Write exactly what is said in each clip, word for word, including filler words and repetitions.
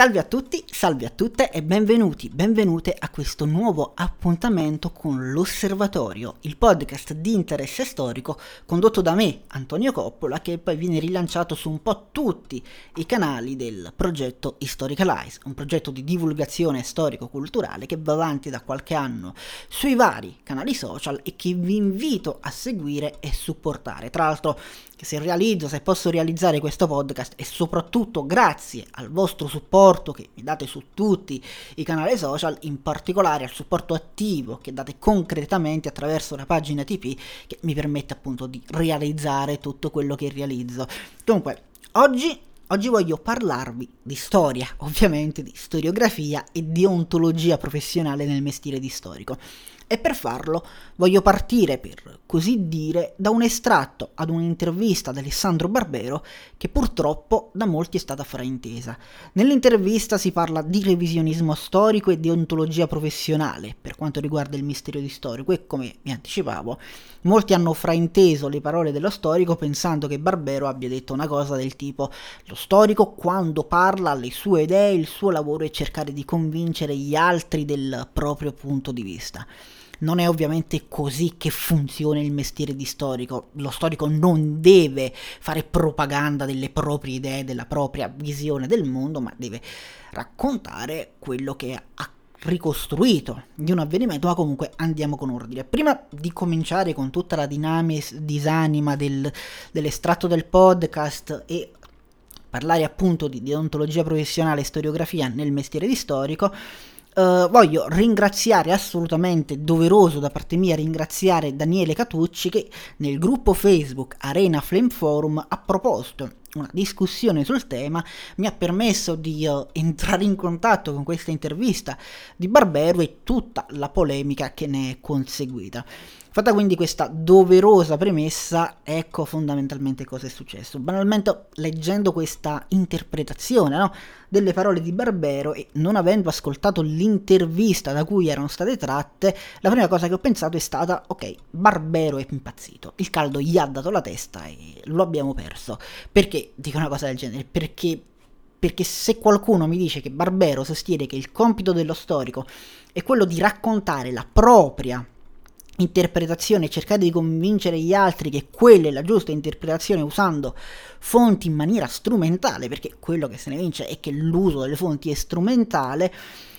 Salve a tutti, salve a tutte e benvenuti, benvenute a questo nuovo appuntamento con l'Osservatorio, il podcast di interesse storico condotto da me, Antonio Coppola, che poi viene rilanciato su un po' tutti i canali del progetto Historicalize, un progetto di divulgazione storico-culturale che va avanti da qualche anno sui vari canali social e che vi invito a seguire e supportare. Tra l'altro, che se realizzo, se posso realizzare questo podcast è soprattutto grazie al vostro supporto che mi date su tutti i canali social, in particolare al supporto attivo che date concretamente attraverso la pagina T P che mi permette appunto di realizzare tutto quello che realizzo. Comunque, oggi, oggi voglio parlarvi di storia, ovviamente di storiografia e di ontologia professionale nel mestiere di storico. E per farlo voglio partire, per così dire, da un estratto ad un'intervista ad Alessandro Barbero che purtroppo da molti è stata fraintesa. Nell'intervista si parla di revisionismo storico e di ontologia professionale per quanto riguarda il mistero di storico e, come mi anticipavo, molti hanno frainteso le parole dello storico pensando che Barbero abbia detto una cosa del tipo: lo storico quando parla le sue idee, il suo lavoro è cercare di convincere gli altri del proprio punto di vista. Non è ovviamente così che funziona il mestiere di storico. Lo storico non deve fare propaganda delle proprie idee, della propria visione del mondo, ma deve raccontare quello che ha ricostruito di un avvenimento. Ma comunque andiamo con ordine. Prima di cominciare con tutta la dinamica disanima del, dell'estratto del podcast e parlare appunto di deontologia professionale e storiografia nel mestiere di storico, Uh, voglio ringraziare, assolutamente doveroso da parte mia, ringraziare Daniele Catucci che nel gruppo Facebook Arena Flame Forum ha proposto una discussione sul tema, mi ha permesso di uh, entrare in contatto con questa intervista di Barbero e tutta la polemica che ne è conseguita. Fatta quindi questa doverosa premessa, ecco fondamentalmente cosa è successo. Banalmente, leggendo questa interpretazione, no, delle parole di Barbero e non avendo ascoltato l'intervista da cui erano state tratte, la prima cosa che ho pensato è stata: ok, Barbero è impazzito, il caldo gli ha dato la testa e lo abbiamo perso. Perché dico una cosa del genere? Perché Perché se qualcuno mi dice che Barbero sostiene che il compito dello storico è quello di raccontare la propria interpretazione e cercare di convincere gli altri che quella è la giusta interpretazione usando fonti in maniera strumentale, perché quello che se ne vince è che l'uso delle fonti è strumentale,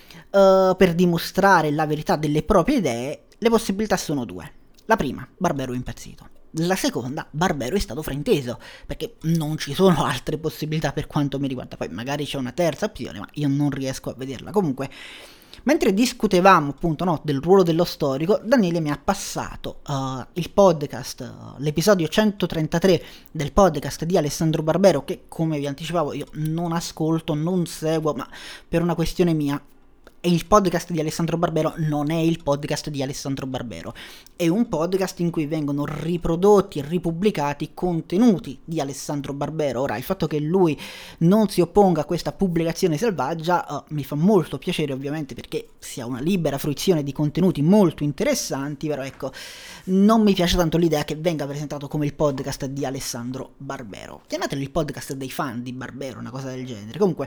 uh, per dimostrare la verità delle proprie idee, le possibilità sono due. La prima, Barbero è impazzito. La seconda, Barbero è stato frainteso, perché non ci sono altre possibilità per quanto mi riguarda. Poi magari c'è una terza opzione, ma io non riesco a vederla. Comunque, mentre discutevamo appunto no, del ruolo dello storico, Daniele mi ha passato uh, il podcast, uh, l'episodio centotrentatré del podcast di Alessandro Barbero, che come vi anticipavo io non ascolto, non seguo, ma per una questione mia. E il podcast di Alessandro Barbero non è il podcast di Alessandro Barbero, è un podcast in cui vengono riprodotti e ripubblicati contenuti di Alessandro Barbero. Ora, il fatto che lui non si opponga a questa pubblicazione selvaggia uh, mi fa molto piacere, ovviamente, perché si ha una libera fruizione di contenuti molto interessanti, però ecco, non mi piace tanto l'idea che venga presentato come il podcast di Alessandro Barbero. Chiamatelo il podcast dei fan di Barbero, una cosa del genere. Comunque,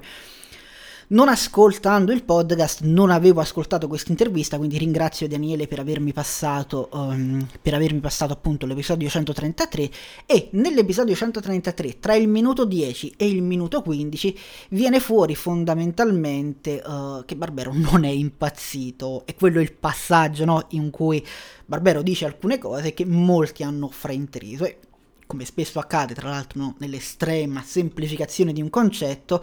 non ascoltando il podcast non avevo ascoltato questa intervista, quindi ringrazio Daniele per avermi passato um, per avermi passato appunto l'episodio centotrentatré. E nell'episodio centotrentatré, tra il minuto dieci e il minuto quindici, viene fuori fondamentalmente uh, che Barbero non è impazzito, e quello è il passaggio, no, in cui Barbero dice alcune cose che molti hanno frainteso e, come spesso accade tra l'altro, no, nell'estrema semplificazione di un concetto,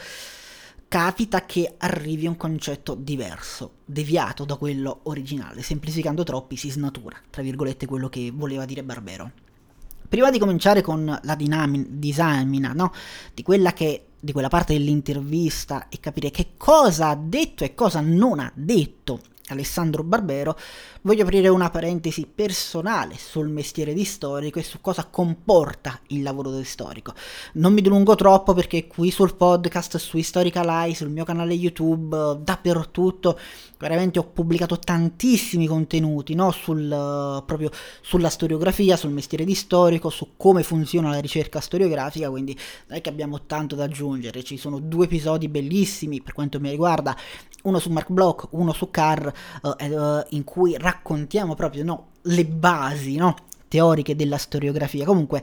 capita che arrivi un concetto diverso, deviato da quello originale. Semplificando troppi si snatura, tra virgolette, quello che voleva dire Barbero. Prima di cominciare con la dinam- disamina, no, di quella che di quella parte dell'intervista e capire che cosa ha detto e cosa non ha detto Alessandro Barbero, voglio aprire una parentesi personale sul mestiere di storico e su cosa comporta il lavoro del storico. Non mi dilungo troppo perché qui sul podcast, su Historicalai, sul mio canale YouTube, dappertutto, veramente ho pubblicato tantissimi contenuti, no? Sul, uh, proprio sulla storiografia, sul mestiere di storico, su come funziona la ricerca storiografica, quindi non è che abbiamo tanto da aggiungere. Ci sono due episodi bellissimi per quanto mi riguarda, uno su Mark Bloch, uno su Carr, uh, uh, in cui raccontiamo proprio, no, le basi, no, teoriche della storiografia. Comunque,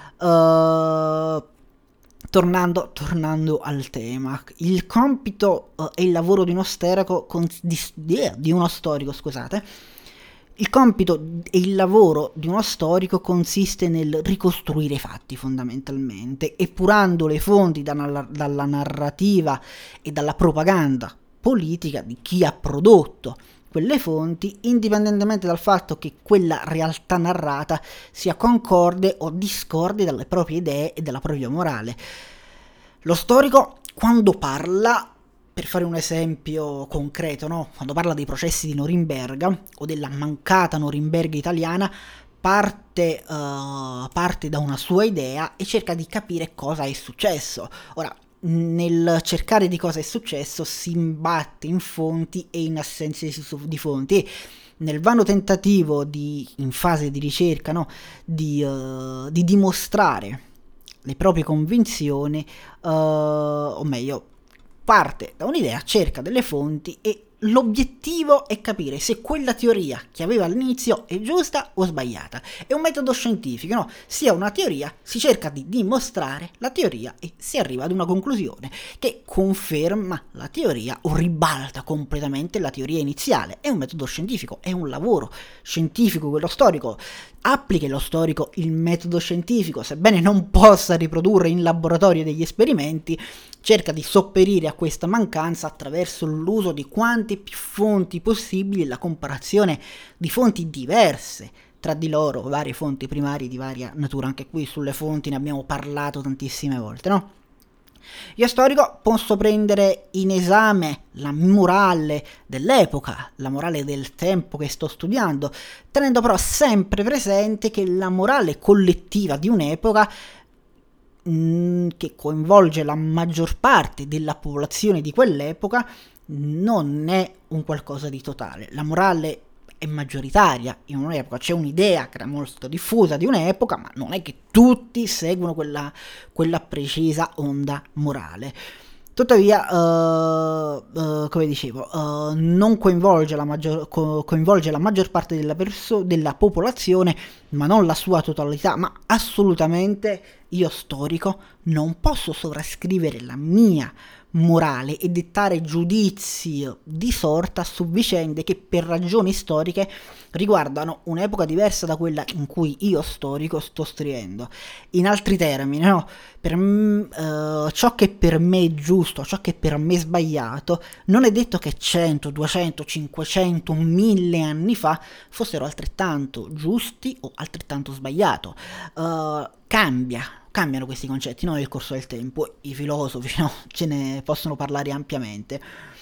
uh, tornando, tornando al tema, il compito uh, e il lavoro di uno storico, cons- di, di, di uno storico, scusate, il compito e il lavoro di uno storico consiste nel ricostruire i fatti fondamentalmente, epurando le fonti da, dalla narrativa e dalla propaganda politica di chi ha prodotto quelle fonti, indipendentemente dal fatto che quella realtà narrata sia concorde o discorde dalle proprie idee e dalla propria morale. Lo storico, quando parla, per fare un esempio concreto, no? Quando parla dei processi di Norimberga o della mancata Norimberga italiana, parte, uh, parte da una sua idea e cerca di capire cosa è successo. Ora, nel cercare di cosa è successo si imbatte in fonti e in assenza di fonti, e nel vano tentativo di, in fase di ricerca, no, di, uh, di dimostrare le proprie convinzioni, uh, o meglio, parte da un'idea, cerca delle fonti e l'obiettivo è capire se quella teoria che aveva all'inizio è giusta o sbagliata. È un metodo scientifico, no? Sia una teoria, si cerca di dimostrare la teoria e si arriva ad una conclusione che conferma la teoria o ribalta completamente la teoria iniziale. È un metodo scientifico, è un lavoro scientifico quello storico. Applica lo storico il metodo scientifico, sebbene non possa riprodurre in laboratorio degli esperimenti, cerca di sopperire a questa mancanza attraverso l'uso di quante più fonti possibili e la comparazione di fonti diverse tra di loro, varie fonti primarie di varia natura. Anche qui sulle fonti ne abbiamo parlato tantissime volte, no? Io storico posso prendere in esame la morale dell'epoca, la morale del tempo che sto studiando, tenendo però sempre presente che la morale collettiva di un'epoca, mh, che coinvolge la maggior parte della popolazione di quell'epoca, non è un qualcosa di totale. La morale è maggioritaria in un'epoca, c'è un'idea che era molto diffusa di un'epoca, ma non è che tutti seguono quella, quella precisa onda morale. Tuttavia, uh, uh, come dicevo, uh, non coinvolge la, maggior, co- coinvolge la maggior parte della, perso- della popolazione, ma non la sua totalità. Ma assolutamente io storico non posso sovrascrivere la mia morale e dettare giudizi di sorta su vicende che per ragioni storiche riguardano un'epoca diversa da quella in cui io storico sto scrivendo. In altri termini, no? Per m- uh, ciò che per me è giusto, ciò che per me è sbagliato, non è detto che cento, duecento, cinquecento, mille anni fa fossero altrettanto giusti o altrettanto sbagliato. Uh, cambia cambiano questi concetti, no, nel corso del tempo. I filosofi, no, ce ne possono parlare ampiamente.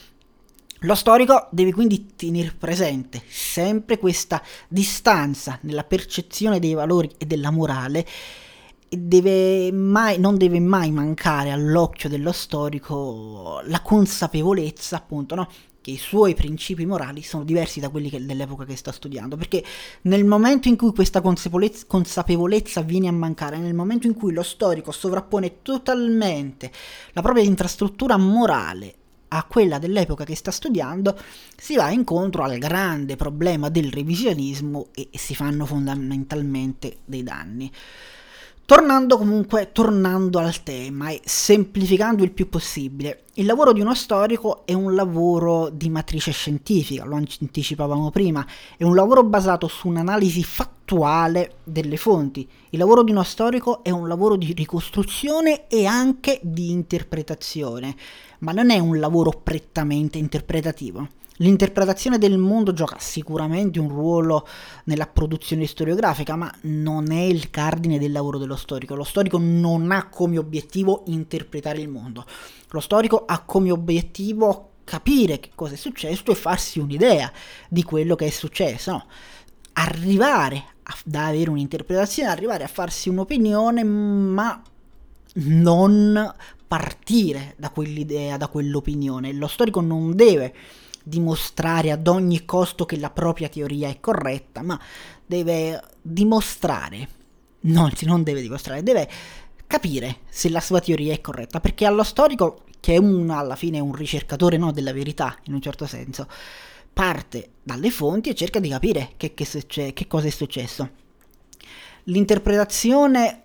Lo storico deve quindi tenere presente sempre questa distanza nella percezione dei valori e della morale, e deve mai, non deve mai mancare all'occhio dello storico la consapevolezza, appunto, no, che i suoi principi morali sono diversi da quelli che, dell'epoca che sta studiando, perché nel momento in cui questa consapevolezza, consapevolezza viene a mancare, nel momento in cui lo storico sovrappone totalmente la propria infrastruttura morale a quella dell'epoca che sta studiando, si va incontro al grande problema del revisionismo e si fanno fondamentalmente dei danni. Tornando comunque, tornando al tema e semplificando il più possibile, il lavoro di uno storico è un lavoro di matrice scientifica, lo anticipavamo prima, è un lavoro basato su un'analisi fattuale delle fonti. Il lavoro di uno storico è un lavoro di ricostruzione e anche di interpretazione, ma non è un lavoro prettamente interpretativo. L'interpretazione del mondo gioca sicuramente un ruolo nella produzione storiografica, ma non è il cardine del lavoro dello storico. Lo storico non ha come obiettivo interpretare il mondo. Lo storico ha come obiettivo capire che cosa è successo e farsi un'idea di quello che è successo, no? Arrivare ad avere un'interpretazione, arrivare a farsi un'opinione, ma non partire da quell'idea, da quell'opinione. Lo storico non deve dimostrare ad ogni costo che la propria teoria è corretta, ma deve dimostrare, no, non deve dimostrare, deve capire se la sua teoria è corretta, perché allo storico, che è un, alla fine è un ricercatore, no, della verità, in un certo senso, parte dalle fonti e cerca di capire che, che, succe- che cosa è successo. L'interpretazione,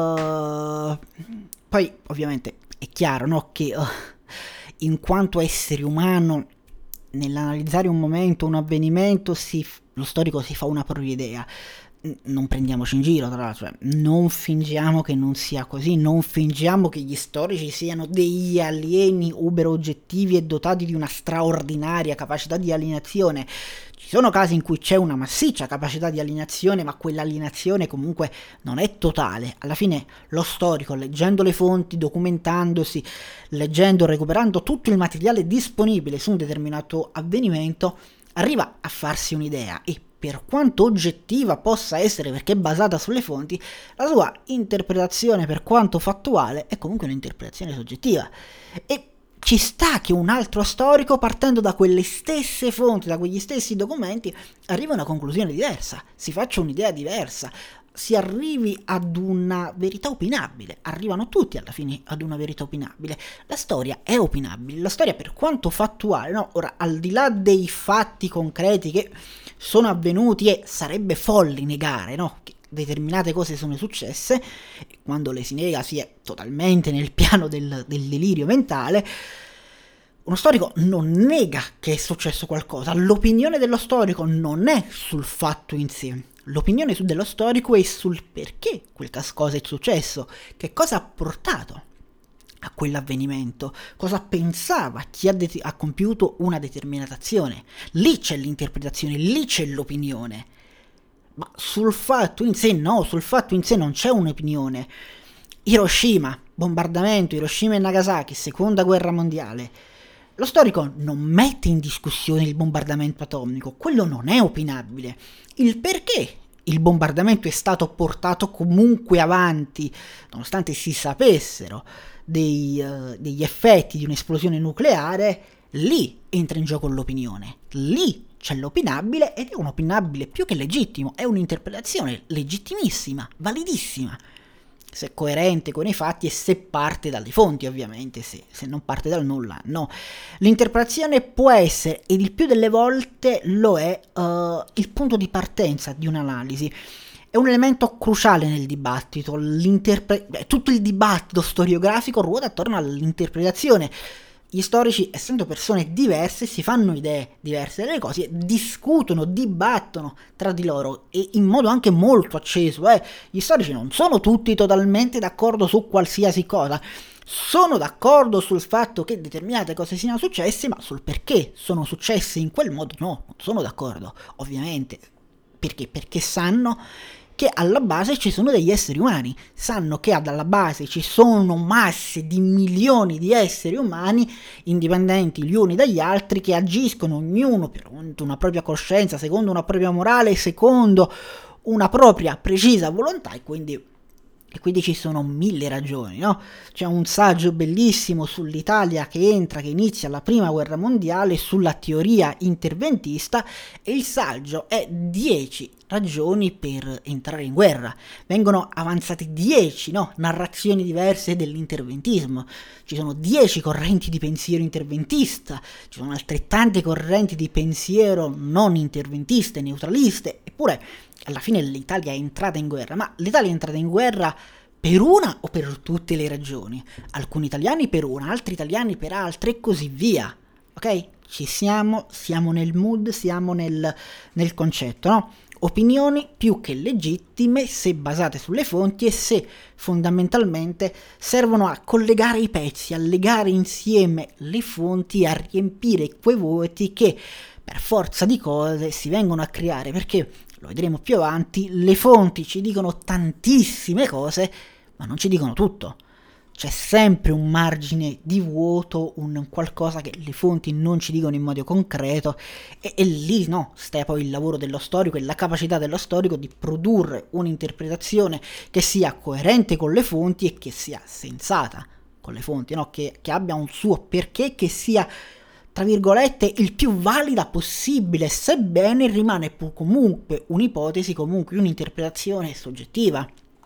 uh, poi ovviamente è chiaro, no, che uh, in quanto essere umano, nell'analizzare un momento, un avvenimento, si, lo storico si fa una propria idea. Non prendiamoci in giro, tra l'altro, non fingiamo che non sia così, non fingiamo che gli storici siano degli alieni uber oggettivi e dotati di una straordinaria capacità di alienazione. Ci sono casi in cui c'è una massiccia capacità di alienazione, ma quell'alienazione comunque non è totale. Alla fine lo storico, leggendo le fonti, documentandosi, leggendo, recuperando tutto il materiale disponibile su un determinato avvenimento, arriva a farsi un'idea e, per quanto oggettiva possa essere perché è basata sulle fonti, la sua interpretazione, per quanto fattuale, è comunque un'interpretazione soggettiva. E ci sta che un altro storico, partendo da quelle stesse fonti, da quegli stessi documenti, arrivi a una conclusione diversa, si faccia un'idea diversa, si arrivi ad una verità opinabile. Arrivano tutti alla fine ad una verità opinabile. La storia è opinabile, la storia, per quanto fattuale, no? Ora, al di là dei fatti concreti che sono avvenuti, e sarebbe folle negare, no, che determinate cose sono successe, e quando le si nega si è totalmente nel piano del, del delirio mentale. Uno storico non nega che è successo qualcosa, l'opinione dello storico non è sul fatto in sé, l'opinione dello storico è sul perché quel cosa è successo, che cosa ha portato a quell'avvenimento, cosa pensava chi ha, det- ha compiuto una determinata azione. Lì c'è l'interpretazione, lì c'è l'opinione, ma sul fatto in sé no, sul fatto in sé non c'è un'opinione. Hiroshima, bombardamento, Hiroshima e Nagasaki, seconda guerra mondiale. Lo storico non mette in discussione il bombardamento atomico, quello non è opinabile. Il perché il bombardamento è stato portato comunque avanti, nonostante si sapessero dei, uh, degli effetti di un'esplosione nucleare, lì entra in gioco l'opinione. Lì c'è l'opinabile, ed è un opinabile più che legittimo, è un'interpretazione legittimissima, validissima, se coerente con i fatti e se parte dalle fonti, ovviamente. Se, se non parte dal nulla, no. L'interpretazione può essere, ed il più delle volte lo è, uh, il punto di partenza di un'analisi. È un elemento cruciale nel dibattito. L'interpre- beh, tutto il dibattito storiografico ruota attorno all'interpretazione. Gli storici, essendo persone diverse, si fanno idee diverse delle cose, discutono, dibattono tra di loro, e in modo anche molto acceso. Eh. Gli storici non sono tutti totalmente d'accordo su qualsiasi cosa, sono d'accordo sul fatto che determinate cose siano successe, ma sul perché sono successe in quel modo no, non sono d'accordo, ovviamente. Perché? Perché sanno che alla base ci sono degli esseri umani, sanno che alla base ci sono masse di milioni di esseri umani, indipendenti gli uni dagli altri, che agiscono ognuno per una propria coscienza, secondo una propria morale, secondo una propria precisa volontà, e quindi, e quindi ci sono mille ragioni, no? C'è un saggio bellissimo sull'Italia che entra, che inizia la prima guerra mondiale, sulla teoria interventista, e il saggio è dieci ragioni per entrare in guerra. Vengono avanzate dieci, no, narrazioni diverse dell'interventismo. Ci sono dieci correnti di pensiero interventista, ci sono altrettante correnti di pensiero non interventiste, neutraliste, eppure alla fine l'Italia è entrata in guerra. Ma l'Italia è entrata in guerra per una o per tutte le ragioni? Alcuni italiani per una, altri italiani per altre, e così via. Ok? Ci siamo, siamo nel mood, siamo nel, nel concetto, no? Opinioni più che legittime se basate sulle fonti e se fondamentalmente servono a collegare i pezzi, a legare insieme le fonti, a riempire quei vuoti che per forza di cose si vengono a creare, perché lo vedremo più avanti, le fonti ci dicono tantissime cose ma non ci dicono tutto. c'è sempre un margine di vuoto, un qualcosa che le fonti non ci dicono in modo concreto, e, e lì no, sta poi il lavoro dello storico e la capacità dello storico di produrre un'interpretazione che sia coerente con le fonti e che sia sensata con le fonti, no? che, che abbia un suo perché, che sia tra virgolette il più valida possibile, sebbene rimane comunque un'ipotesi, comunque un'interpretazione soggettiva.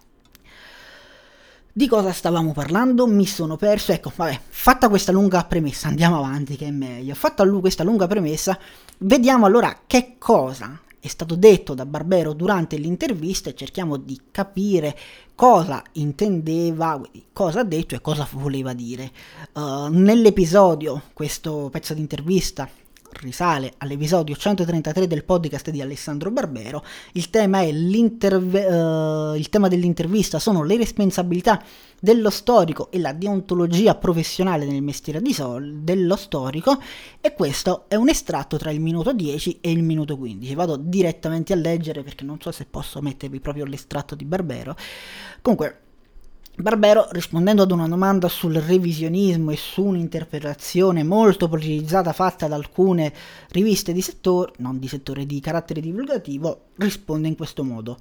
Di cosa stavamo parlando? Mi sono perso. Ecco, vabbè, fatta questa lunga premessa, andiamo avanti che è meglio. Fatta questa lunga premessa, vediamo allora che cosa è stato detto da Barbero durante l'intervista e cerchiamo di capire cosa intendeva, cosa ha detto e cosa voleva dire. Uh, nell'episodio, questo pezzo di intervista risale all'episodio centotrentatré del podcast di Alessandro Barbero. Il tema è l'interv- uh, il tema dell'intervista sono le responsabilità dello storico e la deontologia professionale nel mestiere di sol- dello storico, e questo è un estratto tra il minuto dieci e il minuto quindici. Vado direttamente a leggere perché non so se posso mettervi proprio l'estratto di Barbero. Comunque, Barbero, rispondendo ad una domanda sul revisionismo e su un'interpretazione molto politicizzata fatta da alcune riviste di settore, non di settore, di carattere divulgativo, risponde in questo modo: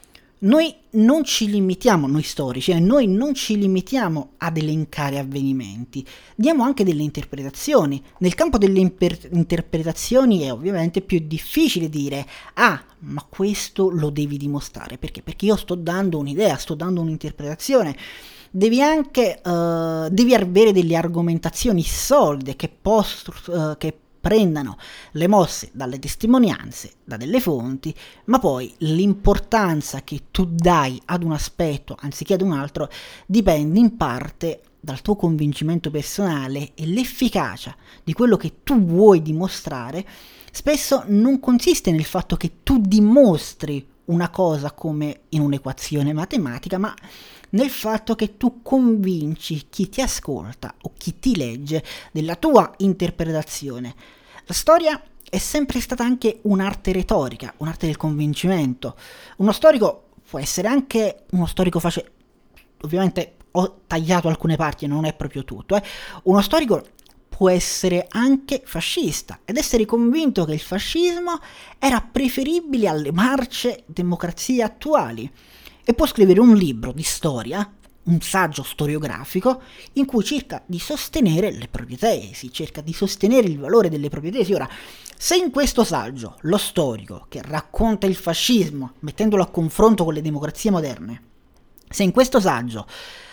noi non ci limitiamo, noi storici, eh, noi non ci limitiamo ad elencare avvenimenti, diamo anche delle interpretazioni. Nel campo delle imper- interpretazioni è ovviamente più difficile dire ah, ma questo lo devi dimostrare, perché? Perché io sto dando un'idea, sto dando un'interpretazione. Devi anche uh, devi avere delle argomentazioni solide che, post- uh, che prendano le mosse dalle testimonianze, da delle fonti, ma poi l'importanza che tu dai ad un aspetto anziché ad un altro dipende in parte dal tuo convincimento personale, e l'efficacia di quello che tu vuoi dimostrare spesso non consiste nel fatto che tu dimostri una cosa come in un'equazione matematica, ma nel fatto che tu convinci chi ti ascolta o chi ti legge della tua interpretazione. La storia è sempre stata anche un'arte retorica, un'arte del convincimento. Uno storico può essere anche uno storico facile. Ovviamente ho tagliato alcune parti e non è proprio tutto. Eh. Uno storico può essere anche fascista ed essere convinto che il fascismo era preferibile alle marce democrazie attuali, e può scrivere un libro di storia, un saggio storiografico, in cui cerca di sostenere le proprie tesi, cerca di sostenere il valore delle proprie tesi. Ora, se in questo saggio lo storico che racconta il fascismo, mettendolo a confronto con le democrazie moderne, se in questo saggio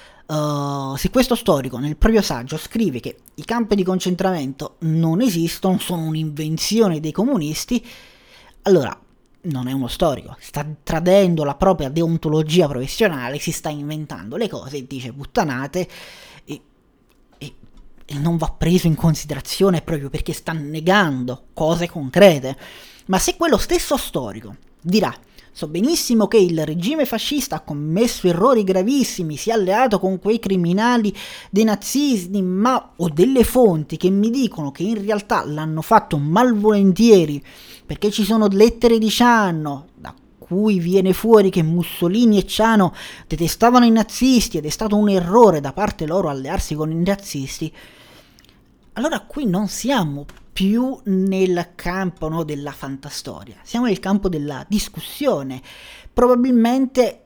Uh, se questo storico nel proprio saggio scrive che i campi di concentramento non esistono, sono un'invenzione dei comunisti, allora non è uno storico, sta tradendo la propria deontologia professionale, si sta inventando le cose e dice puttanate, e, e, e non va preso in considerazione proprio perché sta negando cose concrete. Ma se quello stesso storico dirà: so benissimo che il regime fascista ha commesso errori gravissimi, si è alleato con quei criminali dei nazisti, ma ho delle fonti che mi dicono che in realtà l'hanno fatto malvolentieri, perché ci sono lettere di Ciano da cui viene fuori che Mussolini e Ciano detestavano i nazisti ed è stato un errore da parte loro allearsi con i nazisti. Allora qui non siamo più nel campo, no, della fantastoria, siamo nel campo della discussione. Probabilmente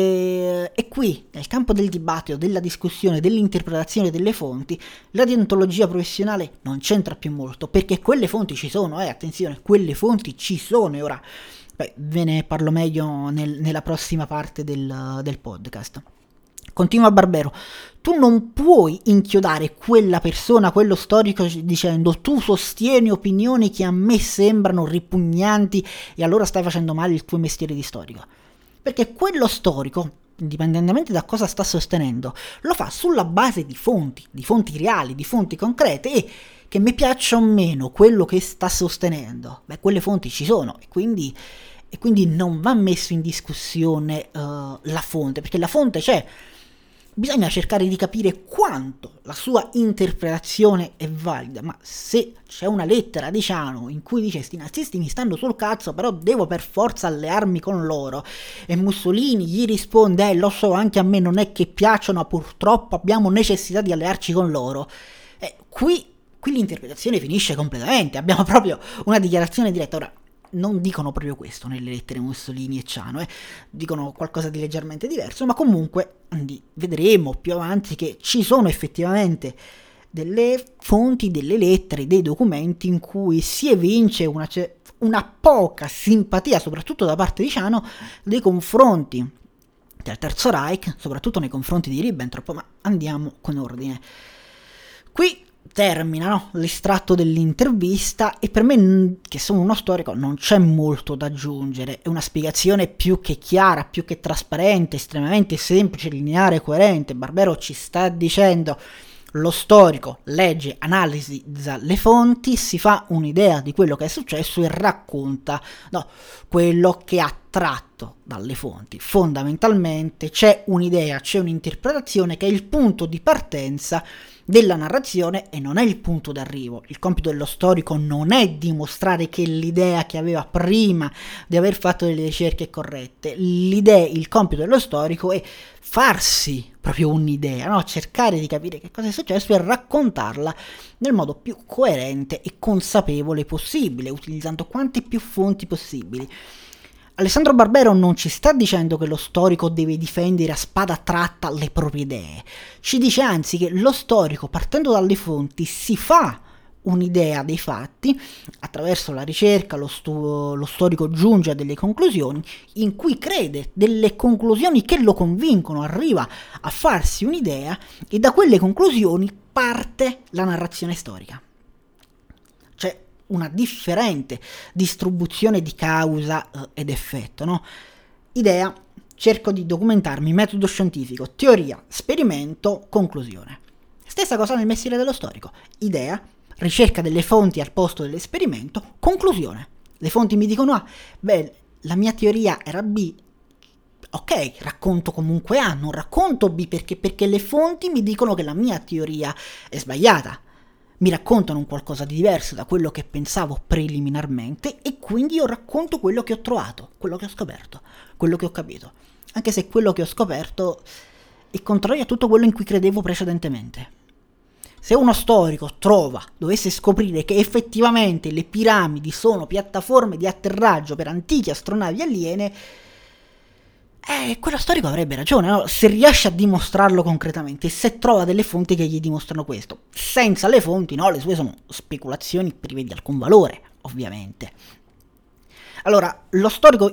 è, è qui, nel campo del dibattito, della discussione, dell'interpretazione delle fonti, la deontologia professionale non c'entra più molto, perché quelle fonti ci sono, eh, attenzione, quelle fonti ci sono, e ora beh, ve ne parlo meglio nel, nella prossima parte del, del podcast. Continua Barbero: tu non puoi inchiodare quella persona, quello storico, dicendo tu sostieni opinioni che a me sembrano ripugnanti e allora stai facendo male il tuo mestiere di storico. Perché quello storico, indipendentemente da cosa sta sostenendo, lo fa sulla base di fonti, di fonti reali, di fonti concrete, e che mi piaccia o meno quello che sta sostenendo, beh, quelle fonti ci sono, e quindi, e quindi non va messo in discussione uh, la fonte, perché la fonte c'è. bisogna cercare di capire quanto la sua interpretazione è valida, ma se c'è una lettera di Ciano in cui dice sti nazisti mi stanno sul cazzo, però devo per forza allearmi con loro, e Mussolini gli risponde eh lo so, anche a me non è che piacciono, ma purtroppo abbiamo necessità di allearci con loro, eh, qui, qui l'interpretazione finisce completamente, abbiamo proprio una dichiarazione diretta. Ora, non dicono proprio questo nelle lettere Mussolini e Ciano, eh. dicono qualcosa di leggermente diverso, ma comunque vedremo più avanti che ci sono effettivamente delle fonti, delle lettere, dei documenti in cui si evince una, una poca simpatia, soprattutto da parte di Ciano, nei confronti del Terzo Reich, soprattutto nei confronti di Ribbentrop, ma andiamo con ordine. Qui termina no? l'estratto dell'intervista e per me, che sono uno storico, non c'è molto da aggiungere, è una spiegazione più che chiara, più che trasparente, estremamente semplice, lineare e coerente. Barbero ci sta dicendo: lo storico legge, analizza le fonti, si fa un'idea di quello che è successo e racconta no, quello che ha tratto dalle fonti. Fondamentalmente c'è un'idea, c'è un'interpretazione che è il punto di partenza della narrazione e non è il punto d'arrivo. Il compito dello storico non è dimostrare che l'idea che aveva prima di aver fatto delle ricerche corrette. L'idea, il compito dello storico è farsi proprio un'idea, no? Cercare di capire che cosa è successo e raccontarla nel modo più coerente e consapevole possibile, utilizzando quante più fonti possibili. Alessandro Barbero non ci sta dicendo che lo storico deve difendere a spada tratta le proprie idee, ci dice anzi che lo storico, partendo dalle fonti, si fa un'idea dei fatti, attraverso la ricerca lo, stu- lo storico giunge a delle conclusioni in cui crede, delle conclusioni che lo convincono, arriva a farsi un'idea e da quelle conclusioni parte la narrazione storica. C'è una differente distribuzione di causa eh, ed effetto, no? Idea, cerco di documentarmi, metodo scientifico, teoria, esperimento, conclusione. Stessa cosa nel mestiere dello storico. Idea, ricerca delle fonti al posto dell'esperimento, conclusione. Le fonti mi dicono A, beh, la mia teoria era B, ok, racconto comunque A, non racconto B perché, perché le fonti mi dicono che la mia teoria è sbagliata. Mi raccontano un qualcosa di diverso da quello che pensavo preliminarmente e quindi io racconto quello che ho trovato, quello che ho scoperto, quello che ho capito. Anche se quello che ho scoperto è contrario a tutto quello in cui credevo precedentemente. Se uno storico trova, dovesse scoprire che effettivamente le piramidi sono piattaforme di atterraggio per antiche astronavi aliene, eh, quello storico avrebbe ragione, no? Se riesce a dimostrarlo concretamente, se trova delle fonti che gli dimostrano questo. Senza le fonti, no, le sue sono speculazioni prive di alcun valore, ovviamente. Allora, lo storico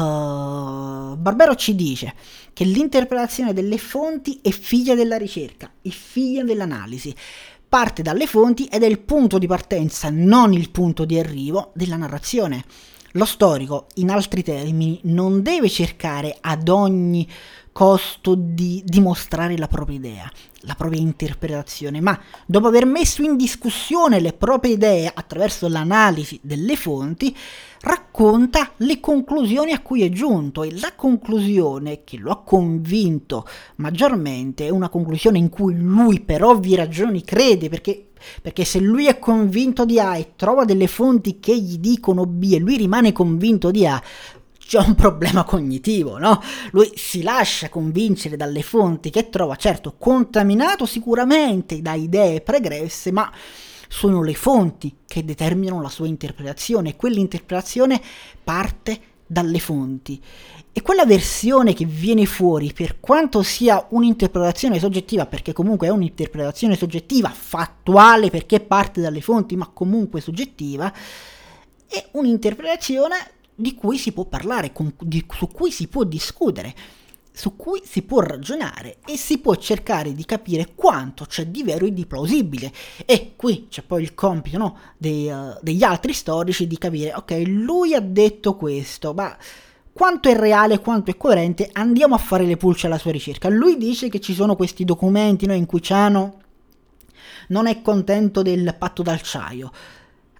uh, Barbero ci dice che l'interpretazione delle fonti è figlia della ricerca, è figlia dell'analisi, parte dalle fonti ed è il punto di partenza, non il punto di arrivo della narrazione. Lo storico, in altri termini, non deve cercare ad ogni costo di dimostrare la propria idea, la propria interpretazione, ma dopo aver messo in discussione le proprie idee attraverso l'analisi delle fonti, racconta le conclusioni a cui è giunto, e la conclusione che lo ha convinto maggiormente è una conclusione in cui lui per ovvie ragioni crede, perché Perché se lui è convinto di A e trova delle fonti che gli dicono B e lui rimane convinto di A, c'è un problema cognitivo, no? Lui si lascia convincere dalle fonti che trova, certo contaminato sicuramente da idee pregresse, ma sono le fonti che determinano la sua interpretazione e quell'interpretazione parte dalle fonti. E quella versione che viene fuori, per quanto sia un'interpretazione soggettiva, perché comunque è un'interpretazione soggettiva, fattuale perché parte dalle fonti, ma comunque soggettiva, è un'interpretazione di cui si può parlare, con, di, su cui si può discutere, su cui si può ragionare e si può cercare di capire quanto c'è di vero e di plausibile. E qui c'è poi il compito, no, dei, uh, degli altri storici di capire, ok, lui ha detto questo, ma quanto è reale, quanto è coerente, andiamo a fare le pulce alla sua ricerca. Lui dice che ci sono questi documenti, no, in cui Ciano non è contento del patto d'acciaio.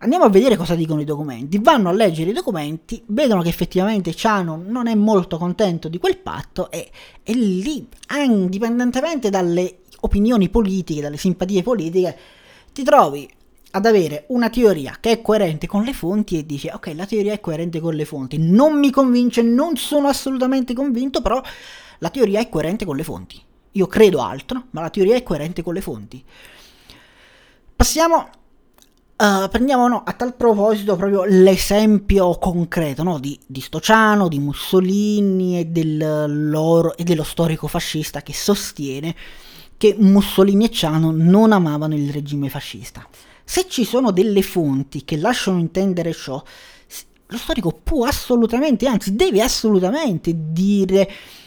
Andiamo a vedere cosa dicono i documenti. Vanno a leggere i documenti, vedono che effettivamente Ciano non è molto contento di quel patto e, e lì, indipendentemente dalle opinioni politiche, dalle simpatie politiche, ti trovi ad avere una teoria che è coerente con le fonti e dici ok, la teoria è coerente con le fonti, non mi convince, non sono assolutamente convinto, però la teoria è coerente con le fonti. Io credo altro, ma la teoria è coerente con le fonti. Passiamo, uh, prendiamo no, a tal proposito proprio l'esempio concreto no, di, di sto Ciano, di Mussolini e, del loro, e dello storico fascista che sostiene che Mussolini e Ciano non amavano il regime fascista. Se ci sono delle fonti che lasciano intendere ciò, lo storico può assolutamente, anzi deve assolutamente dire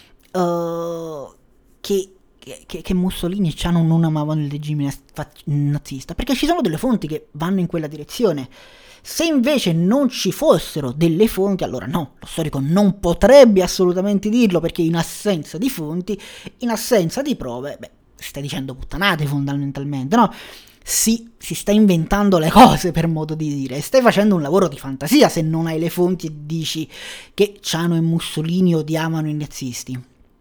uh, che, che, che Mussolini e Ciano non amavano il regime nazista, perché ci sono delle fonti che vanno in quella direzione. Se invece non ci fossero delle fonti, allora no, lo storico non potrebbe assolutamente dirlo, perché in assenza di fonti, in assenza di prove, beh, stai dicendo puttanate fondamentalmente, no? Si, si sta inventando le cose, per modo di dire, e stai facendo un lavoro di fantasia se non hai le fonti e dici che Ciano e Mussolini odiavano i nazisti.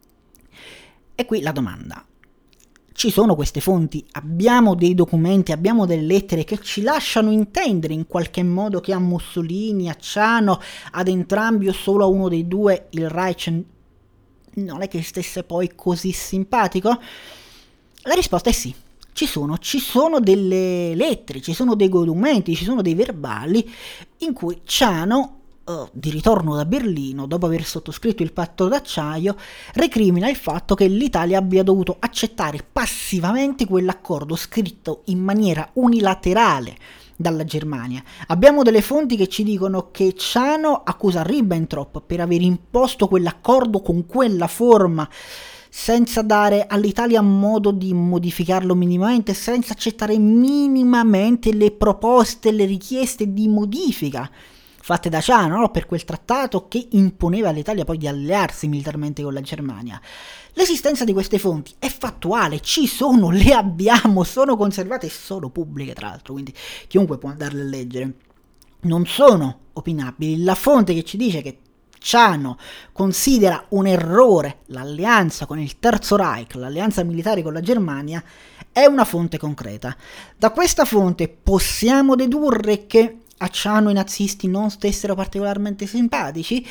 E qui la domanda: ci sono queste fonti? Abbiamo dei documenti, abbiamo delle lettere che ci lasciano intendere in qualche modo che a Mussolini, a Ciano, ad entrambi o solo a uno dei due il Reich non è che stesse poi così simpatico? La risposta è sì. Ci sono, ci sono delle lettere, ci sono dei documenti, ci sono dei verbali in cui Ciano, uh, di ritorno da Berlino, dopo aver sottoscritto il patto d'acciaio, recrimina il fatto che l'Italia abbia dovuto accettare passivamente quell'accordo scritto in maniera unilaterale dalla Germania. Abbiamo delle fonti che ci dicono che Ciano accusa Ribbentrop per aver imposto quell'accordo con quella forma, senza dare all'Italia modo di modificarlo minimamente, senza accettare minimamente le proposte, le richieste di modifica fatte da Ciano, no? Per quel trattato che imponeva all'Italia poi di allearsi militarmente con la Germania. L'esistenza di queste fonti è fattuale, ci sono, le abbiamo, sono conservate e sono pubbliche tra l'altro, quindi chiunque può andarle a leggere. Non sono opinabili. La fonte che ci dice che Ciano considera un errore l'alleanza con il Terzo Reich, l'alleanza militare con la Germania, è una fonte concreta. Da questa fonte possiamo dedurre che a Ciano i nazisti non stessero particolarmente simpatici?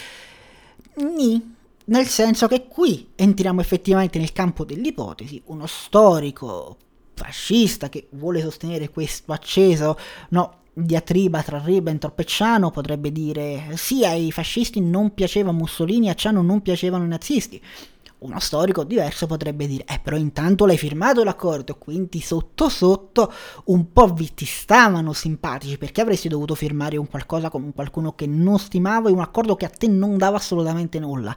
Ni, nel senso che qui entriamo effettivamente nel campo dell'ipotesi. Uno storico fascista che vuole sostenere questo acceso, no, diatriba tra Ribbentrop e Ciano potrebbe dire sì, ai fascisti non piaceva Mussolini, a Ciano non piacevano i nazisti. Uno storico diverso potrebbe dire eh però intanto l'hai firmato l'accordo, quindi sotto sotto un po' vi ti stavano simpatici, perché avresti dovuto firmare un qualcosa con qualcuno che non stimavo e un accordo che a te non dava assolutamente nulla.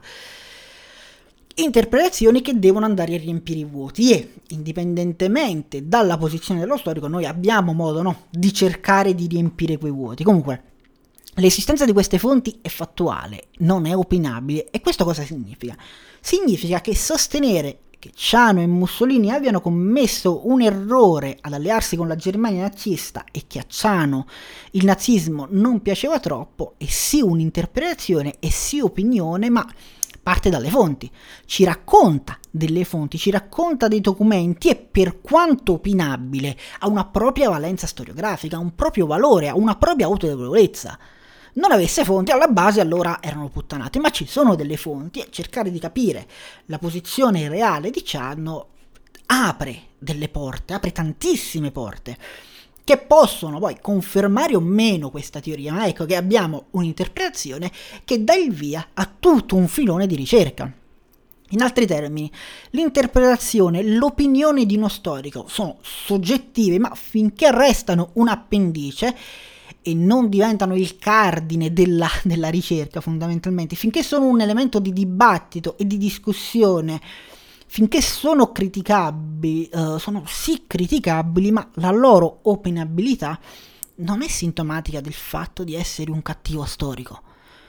Interpretazioni che devono andare a riempire i vuoti e, indipendentemente dalla posizione dello storico, noi abbiamo modo, no, di cercare di riempire quei vuoti. Comunque, l'esistenza di queste fonti è fattuale, non è opinabile. E questo cosa significa? Significa che sostenere che Ciano e Mussolini abbiano commesso un errore ad allearsi con la Germania nazista e che a Ciano il nazismo non piaceva troppo è sì un'interpretazione, è sì opinione, ma parte dalle fonti, ci racconta delle fonti, ci racconta dei documenti e per quanto opinabile ha una propria valenza storiografica, un proprio valore, ha una propria autorevolezza. Non avesse fonti alla base allora erano puttanate, ma ci sono delle fonti e cercare di capire la posizione reale di Ciano apre delle porte, apre tantissime porte che possono poi confermare o meno questa teoria, ma ecco che abbiamo un'interpretazione che dà il via a tutto un filone di ricerca. In altri termini, l'interpretazione, l'opinione di uno storico sono soggettive, ma finché restano un appendice e non diventano il cardine della, della ricerca fondamentalmente, finché sono un elemento di dibattito e di discussione, finché sono criticabili, uh, sono sì criticabili, ma la loro opinabilità non è sintomatica del fatto di essere un cattivo storico.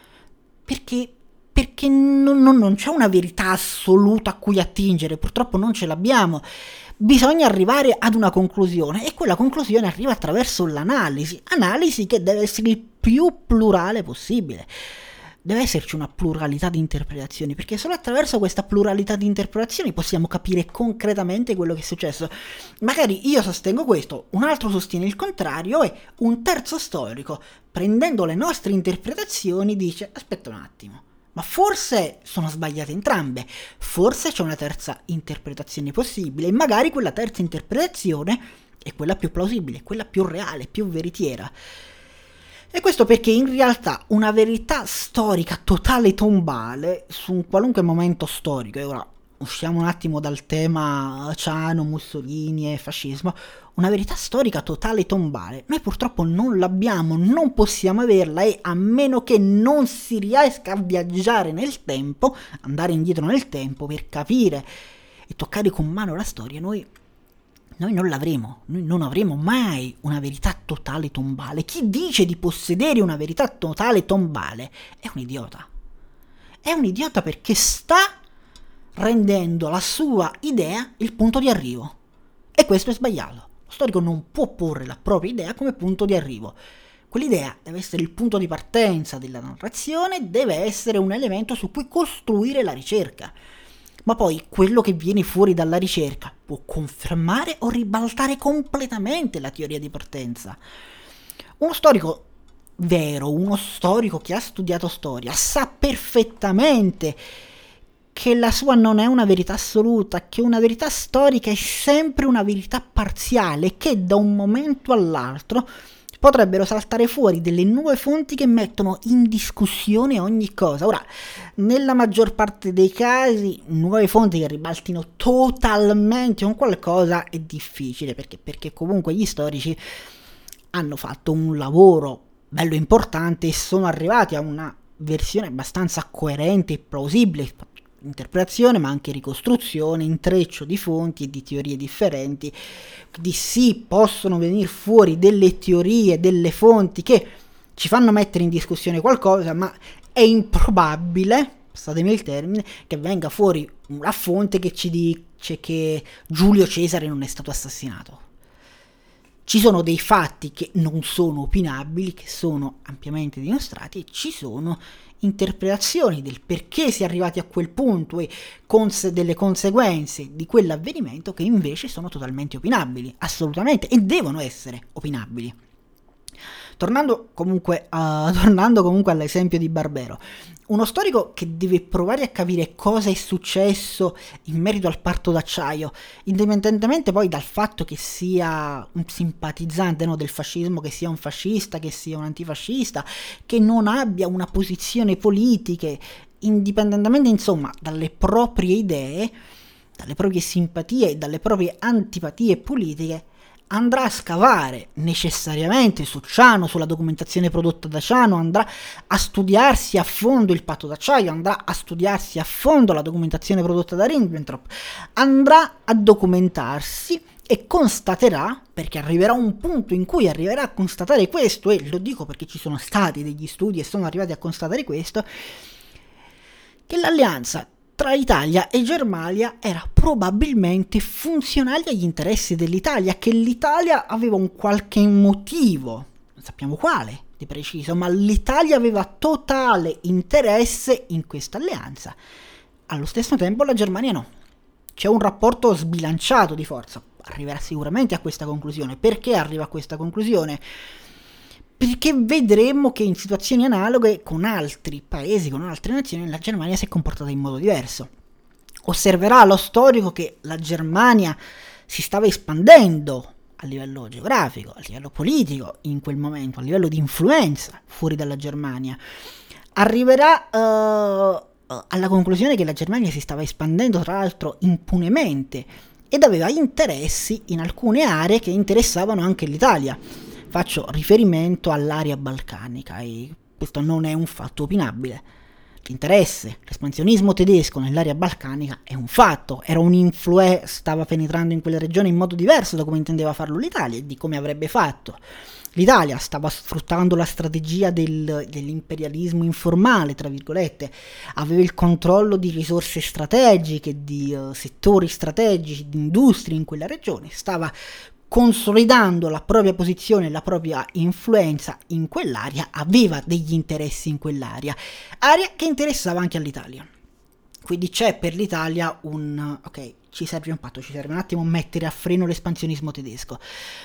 Perché, perché non, non, non c'è una verità assoluta a cui attingere, purtroppo non ce l'abbiamo. bisogna arrivare ad una conclusione e quella conclusione arriva attraverso l'analisi, analisi che deve essere il più plurale possibile. Deve esserci una pluralità di interpretazioni, perché solo attraverso questa pluralità di interpretazioni possiamo capire concretamente quello che è successo. Magari io sostengo questo, un altro sostiene il contrario e un terzo storico, prendendo le nostre interpretazioni, dice aspetta un attimo, ma forse sono sbagliate entrambe, forse c'è una terza interpretazione possibile e magari quella terza interpretazione è quella più plausibile, quella più reale, più veritiera. E questo perché in realtà una verità storica totale tombale su un qualunque momento storico, e ora usciamo un attimo dal tema Ciano, Mussolini e fascismo, una verità storica totale tombale noi purtroppo non l'abbiamo, non possiamo averla, e a meno che non si riesca a viaggiare nel tempo, andare indietro nel tempo per capire e toccare con mano la storia, noi Noi non l'avremo, noi non avremo mai una verità totale tombale. Chi dice di possedere una verità totale tombale è un idiota. È un idiota perché sta rendendo la sua idea il punto di arrivo. E questo è sbagliato. Lo storico non può porre la propria idea come punto di arrivo. Quell'idea deve essere il punto di partenza della narrazione, deve essere un elemento su cui costruire la ricerca. Ma poi quello che viene fuori dalla ricerca può confermare o ribaltare completamente la teoria di partenza. Uno storico vero, uno storico che ha studiato storia, sa perfettamente che la sua non è una verità assoluta, che una verità storica è sempre una verità parziale, che da un momento all'altro potrebbero saltare fuori delle nuove fonti che mettono in discussione ogni cosa. Ora, nella maggior parte dei casi, nuove fonti che ribaltino totalmente un qualcosa è difficile, perché, perché comunque gli storici hanno fatto un lavoro bello importante e sono arrivati a una versione abbastanza coerente e plausibile, interpretazione ma anche ricostruzione, intreccio di fonti e di teorie differenti. Di sì, possono venire fuori delle teorie, delle fonti che ci fanno mettere in discussione qualcosa, ma è improbabile, passatemi il termine, che venga fuori una fonte che ci dice che Giulio Cesare non è stato assassinato. Ci sono dei fatti che non sono opinabili, che sono ampiamente dimostrati, e ci sono interpretazioni del perché si è arrivati a quel punto e cons- delle conseguenze di quell'avvenimento che invece sono totalmente opinabili, assolutamente, e devono essere opinabili. Tornando comunque, a, tornando comunque all'esempio di Barbero, uno storico che deve provare a capire cosa è successo in merito al parto d'acciaio, indipendentemente poi dal fatto che sia un simpatizzante, no, del fascismo, che sia un fascista, che sia un antifascista, che non abbia una posizione politica, indipendentemente insomma dalle proprie idee, dalle proprie simpatie e dalle proprie antipatie politiche, andrà a scavare necessariamente su Ciano, sulla documentazione prodotta da Ciano, andrà a studiarsi a fondo il patto d'acciaio, andrà a studiarsi a fondo la documentazione prodotta da Ribbentrop, andrà a documentarsi e constaterà, perché arriverà un punto in cui arriverà a constatare questo, e lo dico perché ci sono stati degli studi e sono arrivati a constatare questo, che l'alleanza tra Italia e Germania era probabilmente funzionale agli interessi dell'Italia, che l'Italia aveva un qualche motivo, non sappiamo quale di preciso, ma l'Italia aveva totale interesse in questa alleanza. Allo stesso tempo la Germania no. C'è un rapporto sbilanciato di forza. Arriverà sicuramente a questa conclusione. Perché arriva a questa conclusione? Perché vedremo che in situazioni analoghe con altri paesi, con altre nazioni, la Germania si è comportata in modo diverso. Osserverà lo storico che la Germania si stava espandendo a livello geografico, a livello politico in quel momento, a livello di influenza fuori dalla Germania. Arriverà uh, alla conclusione che la Germania si stava espandendo, tra l'altro, impunemente ed aveva interessi in alcune aree che interessavano anche l'Italia. Faccio riferimento all'area balcanica e questo non è un fatto opinabile. L'interesse, l'espansionismo tedesco nell'area balcanica è un fatto, era un'influenza, stava penetrando in quelle regioni in modo diverso da come intendeva farlo l'Italia e di come avrebbe fatto. L'Italia stava sfruttando la strategia del, dell'imperialismo informale, tra virgolette, aveva il controllo di risorse strategiche, di uh, settori strategici, di industrie in quella regione, stava consolidando la propria posizione, la propria influenza in quell'area, aveva degli interessi in quell'area, area che interessava anche all'Italia. Quindi c'è per l'Italia un... ok, ci serve un patto, ci serve un attimo mettere a freno l'espansionismo tedesco.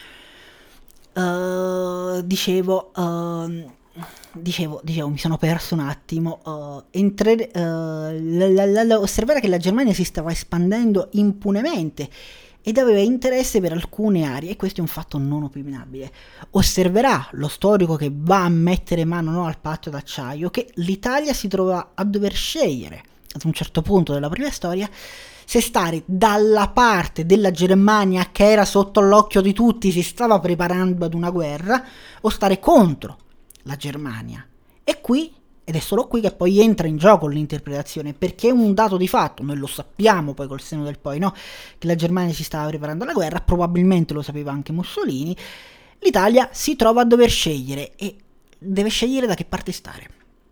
Uh, dicevo, uh, dicevo, dicevo, mi sono perso un attimo. Uh, entre, uh, la, la, la, osservare che la Germania si stava espandendo impunemente ed aveva interesse per alcune aree, e questo è un fatto non opinabile. Osserverà lo storico che va a mettere mano no, al patto d'acciaio che l'Italia si trova a dover scegliere ad un certo punto della propria storia se stare dalla parte della Germania che era sotto l'occhio di tutti, si stava preparando ad una guerra, o stare contro la Germania. E qui, ed è solo qui che poi entra in gioco l'interpretazione, perché è un dato di fatto, noi lo sappiamo poi col senno del poi, no? Che la Germania si stava preparando alla guerra, probabilmente lo sapeva anche Mussolini, l'Italia si trova a dover scegliere e deve scegliere da che parte stare.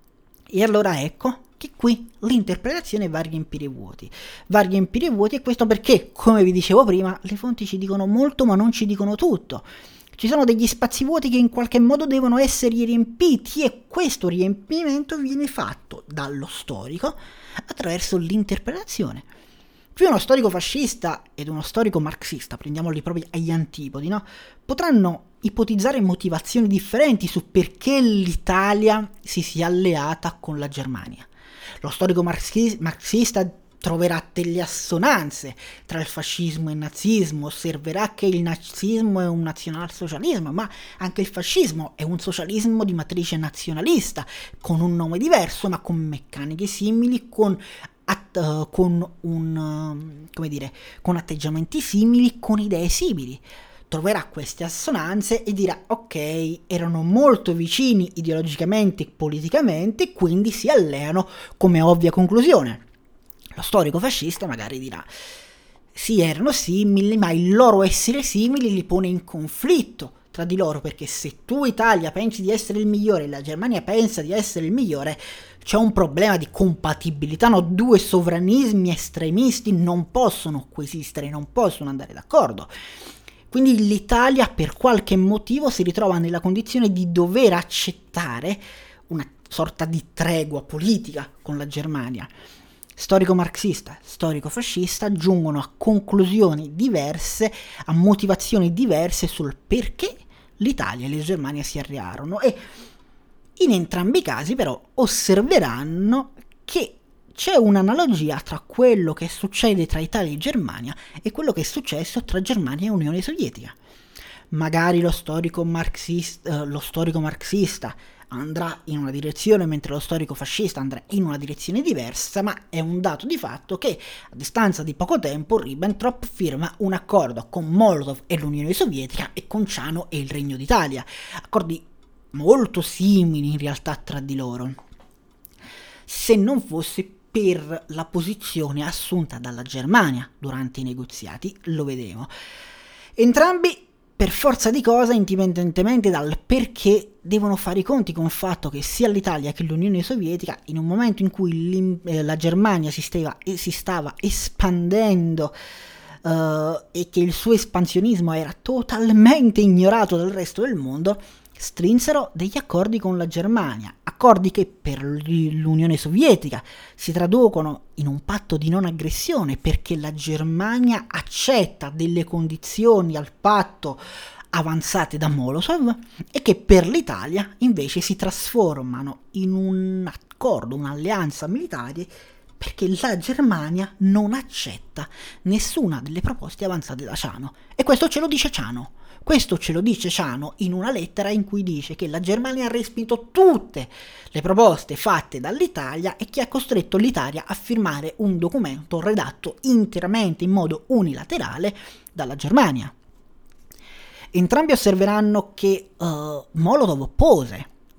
E allora ecco che qui l'interpretazione va a riempire i vuoti. Va a riempire i vuoti, e questo perché, come vi dicevo prima, le fonti ci dicono molto ma non ci dicono tutto. Ci sono degli spazi vuoti che in qualche modo devono essere riempiti, e questo riempimento viene fatto dallo storico attraverso l'interpretazione. Qui uno storico fascista ed uno storico marxista, prendiamoli proprio agli antipodi, no? Potranno ipotizzare motivazioni differenti su perché l'Italia si sia alleata con la Germania. Lo storico marxi- marxista troverà delle assonanze tra il fascismo e il nazismo, osserverà che il nazismo è un nazionalsocialismo, ma anche il fascismo è un socialismo di matrice nazionalista, con un nome diverso, ma con meccaniche simili, con, att- uh, con, un, uh, come dire, con atteggiamenti simili, con idee simili. Troverà queste assonanze e dirà ok, erano molto vicini ideologicamente e politicamente, quindi si alleano come ovvia conclusione. Lo storico fascista magari dirà sì, erano simili, ma il loro essere simili li pone in conflitto tra di loro, perché se tu Italia pensi di essere il migliore e la Germania pensa di essere il migliore, c'è un problema di compatibilità, no? Due sovranismi estremisti non possono coesistere, non possono andare d'accordo. Quindi l'Italia per qualche motivo si ritrova nella condizione di dover accettare una sorta di tregua politica con la Germania. Storico marxista, storico fascista giungono a conclusioni diverse, a motivazioni diverse sul perché l'Italia e la Germania si allearono, e in entrambi i casi però osserveranno che c'è un'analogia tra quello che succede tra Italia e Germania e quello che è successo tra Germania e Unione Sovietica. Magari lo storico marxista, eh, lo storico marxista andrà in una direzione mentre lo storico fascista andrà in una direzione diversa, ma è un dato di fatto che a distanza di poco tempo Ribbentrop firma un accordo con Molotov e l'Unione Sovietica e con Ciano e il Regno d'Italia, accordi molto simili in realtà tra di loro, se non fosse per la posizione assunta dalla Germania durante i negoziati, lo vedremo. Entrambi, per forza di cosa, indipendentemente dal perché, devono fare i conti con il fatto che sia l'Italia che l'Unione Sovietica, in un momento in cui eh, la Germania si stava, eh, si stava espandendo uh, e che il suo espansionismo era totalmente ignorato dal resto del mondo, strinsero degli accordi con la Germania, accordi che per l'Unione Sovietica si traducono in un patto di non aggressione, perché la Germania accetta delle condizioni al patto avanzate da Molotov, e che per l'Italia invece si trasformano in un accordo, un'alleanza militare, perché la Germania non accetta nessuna delle proposte avanzate da Ciano. E questo ce lo dice Ciano. Questo ce lo dice Ciano in una lettera in cui dice che la Germania ha respinto tutte le proposte fatte dall'Italia e che ha costretto l'Italia a firmare un documento redatto interamente in modo unilaterale dalla Germania. Entrambi osserveranno che uh, Molotov pose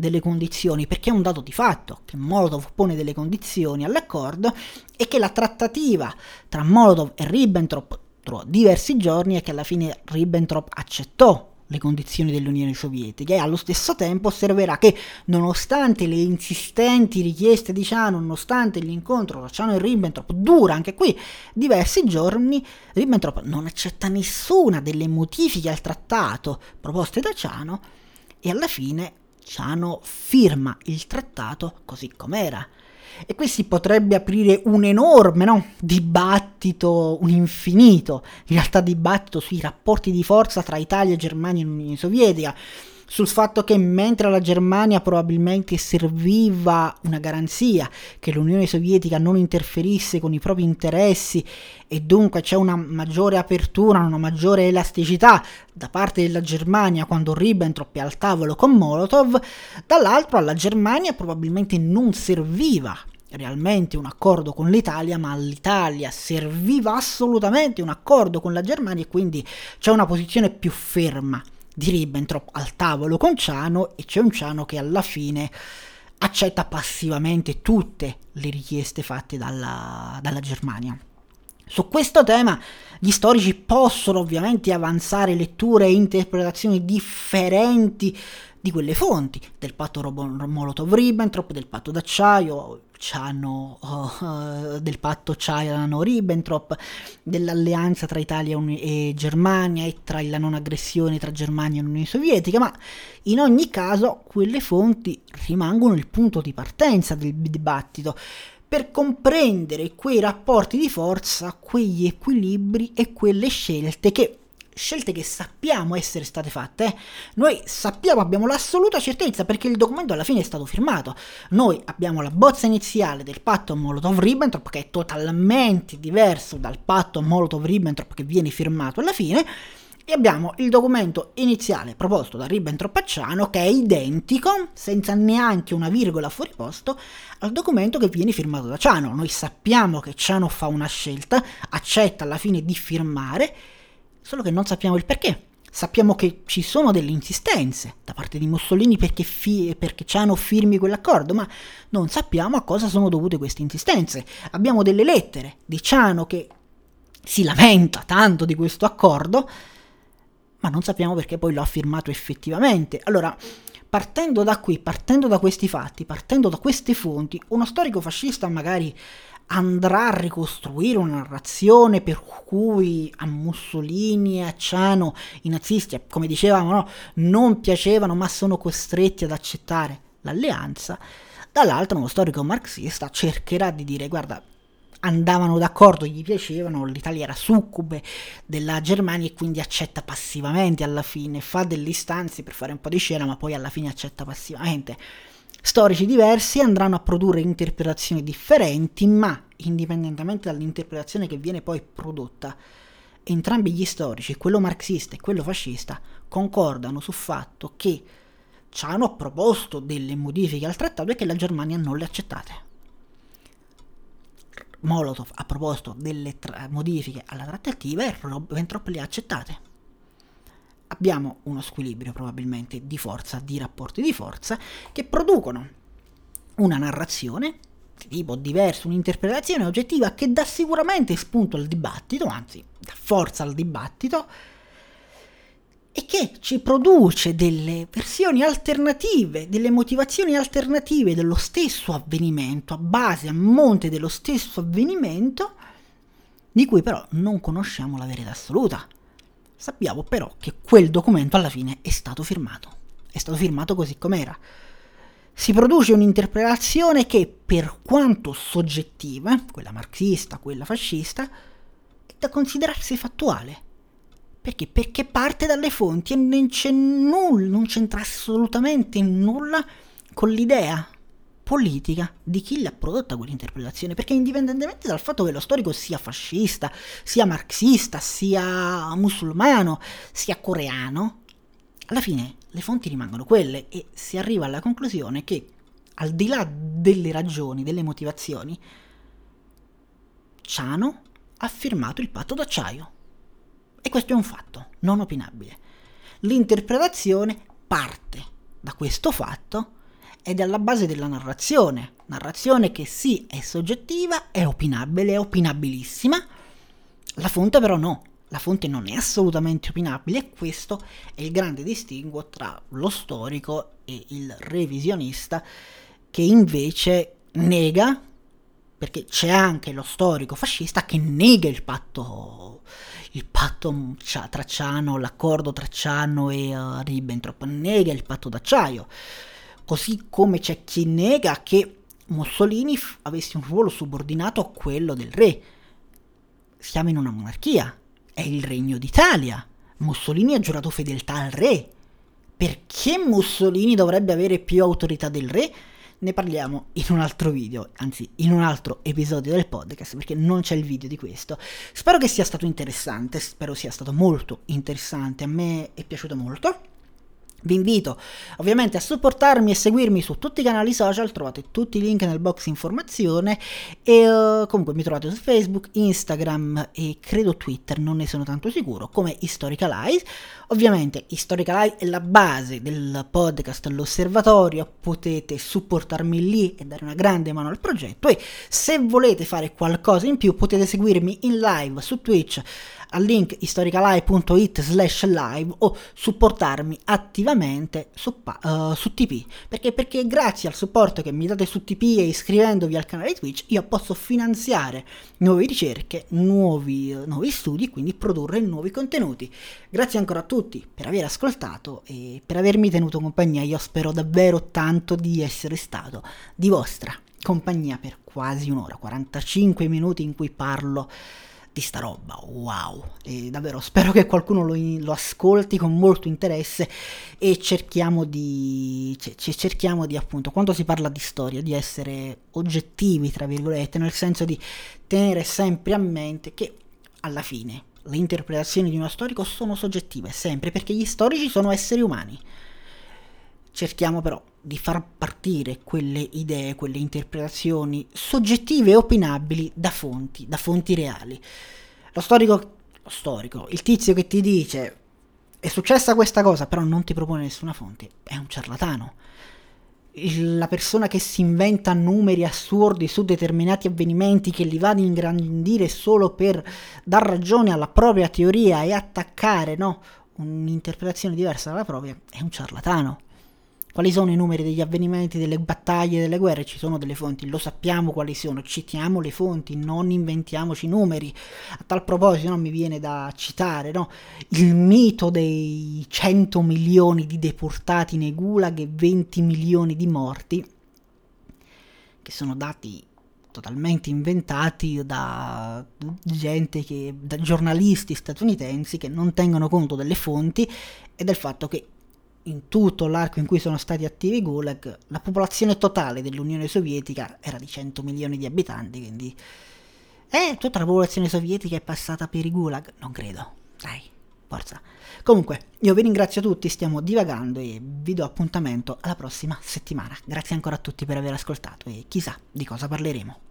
delle condizioni, perché è un dato di fatto che Molotov pone delle condizioni all'accordo e che la trattativa tra Molotov e Ribbentrop durò diversi giorni e che alla fine Ribbentrop accettò le condizioni dell'Unione Sovietica, e allo stesso tempo osserverà che nonostante le insistenti richieste di Ciano, nonostante l'incontro tra Ciano e Ribbentrop dura anche qui diversi giorni, Ribbentrop non accetta nessuna delle modifiche al trattato proposte da Ciano e alla fine Ciano firma il trattato così com'era. E qui si potrebbe aprire un enorme, no, dibattito, un infinito, in realtà dibattito sui rapporti di forza tra Italia, Germania e Unione Sovietica, sul fatto che mentre alla Germania probabilmente serviva una garanzia che l'Unione Sovietica non interferisse con i propri interessi e dunque c'è una maggiore apertura, una maggiore elasticità da parte della Germania quando Ribbentrop è al tavolo con Molotov, dall'altro alla Germania probabilmente non serviva realmente un accordo con l'Italia, ma all'Italia serviva assolutamente un accordo con la Germania e quindi c'è una posizione più ferma di Ribbentrop al tavolo con Ciano e c'è un Ciano che alla fine accetta passivamente tutte le richieste fatte dalla, dalla Germania. Su questo tema gli storici possono ovviamente avanzare letture e interpretazioni differenti di quelle fonti, del patto Molotov-Ribbentrop, del patto d'acciaio, Ciano, uh, del patto Ciano-Ribbentrop, dell'alleanza tra Italia e Germania e tra la non aggressione tra Germania e Unione Sovietica, ma in ogni caso quelle fonti rimangono il punto di partenza del dibattito per comprendere quei rapporti di forza, quegli equilibri e quelle scelte che scelte che sappiamo essere state fatte. Eh? Noi sappiamo, abbiamo l'assoluta certezza perché il documento alla fine è stato firmato. Noi abbiamo la bozza iniziale del patto Molotov-Ribbentrop che è totalmente diverso dal patto Molotov-Ribbentrop che viene firmato alla fine, e abbiamo il documento iniziale proposto da Ribbentrop a Ciano che è identico, senza neanche una virgola fuori posto, al documento che viene firmato da Ciano. Noi sappiamo che Ciano fa una scelta, accetta alla fine di firmare, solo che non sappiamo il perché. Sappiamo che ci sono delle insistenze da parte di Mussolini perché, fi- perché Ciano firmi quell'accordo, ma non sappiamo a cosa sono dovute queste insistenze. Abbiamo delle lettere di Ciano che si lamenta tanto di questo accordo, ma non sappiamo perché poi lo ha firmato effettivamente. Allora, partendo da qui, partendo da questi fatti, partendo da queste fonti, uno storico fascista magari andrà a ricostruire una narrazione per cui a Mussolini e a Ciano i nazisti, come dicevamo, no, non piacevano ma sono costretti ad accettare l'alleanza. Dall'altro uno storico marxista cercherà di dire: guarda, andavano d'accordo, gli piacevano, l'Italia era succube della Germania e quindi accetta passivamente alla fine, fa delle istanze per fare un po' di scena ma poi alla fine accetta passivamente. Storici diversi andranno a produrre interpretazioni differenti, ma indipendentemente dall'interpretazione che viene poi prodotta, entrambi gli storici, quello marxista e quello fascista, concordano sul fatto che Ciano ha proposto delle modifiche al trattato e che la Germania non le ha accettate. Molotov ha proposto delle tra- modifiche alla trattativa e Ribbentrop le ha accettate. Abbiamo uno squilibrio probabilmente di forza, di rapporti di forza, che producono una narrazione di tipo diverso, un'interpretazione oggettiva che dà sicuramente spunto al dibattito, anzi dà forza al dibattito, e che ci produce delle versioni alternative, delle motivazioni alternative dello stesso avvenimento, a base, a monte dello stesso avvenimento, di cui però non conosciamo la verità assoluta. Sappiamo però che quel documento alla fine è stato firmato, è stato firmato così com'era. Si produce un'interpretazione che, per quanto soggettiva, quella marxista, quella fascista, è da considerarsi fattuale. Perché? Perché parte dalle fonti e non c'è nulla, non c'entra assolutamente nulla con l'idea politica di chi l'ha prodotta quell'interpretazione, perché indipendentemente dal fatto che lo storico sia fascista, sia marxista, sia musulmano, sia coreano, alla fine le fonti rimangono quelle e si arriva alla conclusione che, al di là delle ragioni, delle motivazioni, Ciano ha firmato il patto d'acciaio. E questo è un fatto non opinabile. L'interpretazione parte da questo fatto ed è alla base della narrazione, narrazione che sì è soggettiva, è opinabile, è opinabilissima, la fonte però no, la fonte non è assolutamente opinabile e questo è il grande distinguo tra lo storico e il revisionista, che invece nega, perché c'è anche lo storico fascista che nega il patto il patto tra Ciano, l'accordo tra Ciano e uh, Ribbentrop, nega il patto d'acciaio, così come c'è chi nega che Mussolini f- avesse un ruolo subordinato a quello del re. Siamo in una monarchia, è il Regno d'Italia, Mussolini ha giurato fedeltà al re. Perché Mussolini dovrebbe avere più autorità del re? Ne parliamo in un altro video, anzi in un altro episodio del podcast, perché non c'è il video di questo. Spero che sia stato interessante, spero sia stato molto interessante, a me è piaciuto molto. Vi invito ovviamente a supportarmi e seguirmi su tutti i canali social, trovate tutti i link nel box informazione e uh, comunque mi trovate su Facebook, Instagram e credo Twitter, non ne sono tanto sicuro, come Historical Eyes. Ovviamente Historical Eyes è la base del podcast, l'osservatorio, potete supportarmi lì e dare una grande mano al progetto e se volete fare qualcosa in più potete seguirmi in live su Twitch al link historicaleye punto it slash live o supportarmi attivamente su, uh, su T P, perché, perché grazie al supporto che mi date su T P e iscrivendovi al canale Twitch io posso finanziare nuove ricerche, nuovi, uh, nuovi studi e quindi produrre nuovi contenuti. Grazie ancora a tutti per aver ascoltato e per avermi tenuto compagnia. Io spero davvero tanto di essere stato di vostra compagnia per quasi un'ora, quarantacinque minuti in cui parlo di sta roba, wow, e davvero spero che qualcuno lo, lo ascolti con molto interesse e cerchiamo di c- cerchiamo di appunto, quando si parla di storia, di essere oggettivi tra virgolette, nel senso di tenere sempre a mente che alla fine le interpretazioni di uno storico sono soggettive sempre, perché gli storici sono esseri umani. Cerchiamo però di far partire quelle idee, quelle interpretazioni soggettive e opinabili da fonti, da fonti reali. Lo storico, lo storico, il tizio che ti dice è successa questa cosa, però non ti propone nessuna fonte, è un ciarlatano. Il, la persona che si inventa numeri assurdi su determinati avvenimenti, che li va ad ingrandire solo per dar ragione alla propria teoria e attaccare, no, un'interpretazione diversa dalla propria, è un ciarlatano. Quali sono i numeri degli avvenimenti, delle battaglie, delle guerre? Ci sono delle fonti, lo sappiamo quali sono, citiamo le fonti, non inventiamoci numeri. A tal proposito, no, mi viene da citare, no, il mito dei cento milioni di deportati nei gulag e venti milioni di morti, che sono dati totalmente inventati da gente che, da giornalisti statunitensi che non tengono conto delle fonti e del fatto che in tutto l'arco in cui sono stati attivi i gulag, la popolazione totale dell'Unione Sovietica era di cento milioni di abitanti, quindi eh, tutta la popolazione sovietica è passata per i gulag? Non credo, dai, forza. Comunque, io vi ringrazio tutti, stiamo divagando e vi do appuntamento alla prossima settimana. Grazie ancora a tutti per aver ascoltato e chissà di cosa parleremo.